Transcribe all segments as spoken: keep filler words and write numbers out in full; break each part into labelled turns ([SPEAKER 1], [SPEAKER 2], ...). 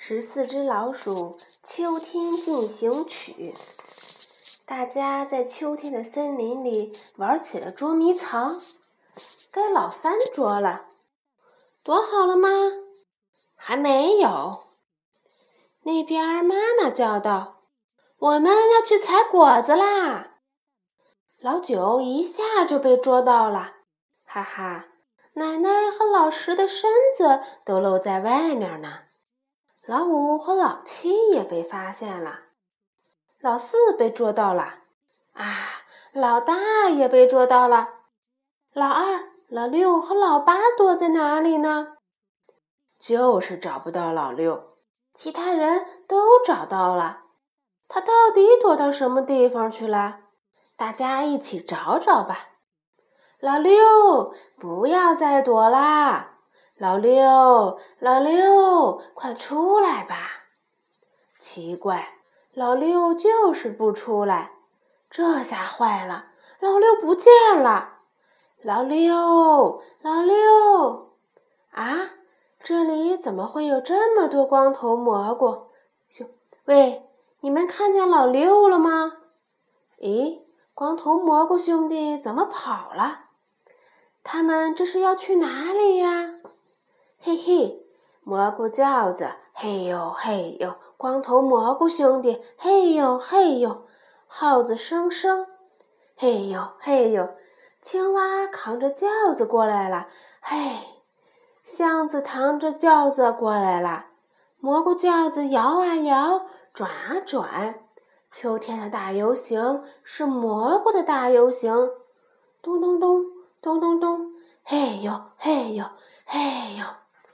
[SPEAKER 1] 十四只老鼠秋天进行曲。大家在秋天的森林里玩起了捉迷藏。该老三捉了，躲好了吗？还没有。那边妈妈叫道：“我们要去采果子啦！”老九一下就被捉到了，哈哈，奶奶和老十的身子都露在外面呢。老五和老七也被发现了，老四被捉到了，啊，老大也被捉到了。老二、老六和老八躲在哪里呢？就是找不到老六，其他人都找到了。他到底躲到什么地方去了？大家一起找找吧。老六，不要再躲啦！老六，老六，快出来吧！奇怪，老六就是不出来，这下坏了，老六不见了！老六，老六，啊，这里怎么会有这么多光头蘑菇？咻，喂，你们看见老六了吗？咦，光头蘑菇兄弟怎么跑了？他们这是要去哪里呀？嘿嘿，蘑菇轿子，嘿呦嘿呦，光头蘑菇兄弟，嘿呦嘿呦，号子声声，嘿呦嘿呦，青蛙扛着轿子过来了，嘿，箱子扛着轿子过来了，蘑菇轿子摇啊摇，转啊转，秋天的大游行是蘑菇的大游行，咚咚咚，咚咚咚，嘿呦嘿呦嘿呦。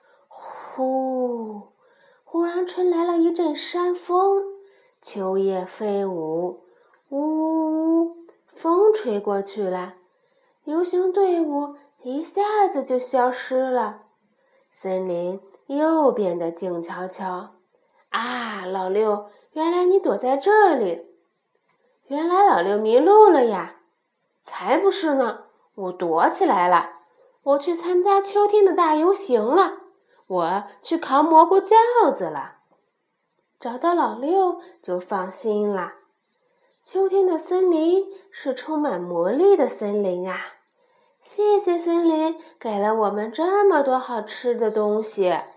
[SPEAKER 1] 呼！忽然吹来了一阵山风，秋叶飞舞，呜呜呜，风吹过去了，游行队伍一下子就消失了，森林又变得静悄悄。啊，老六，原来你躲在这里！原来老六迷路了呀！才不是呢，我躲起来了，我去参加秋天的大游行了。我去扛蘑菇轿子了，找到老六就放心了。秋天的森林是充满魔力的森林啊！谢谢森林给了我们这么多好吃的东西。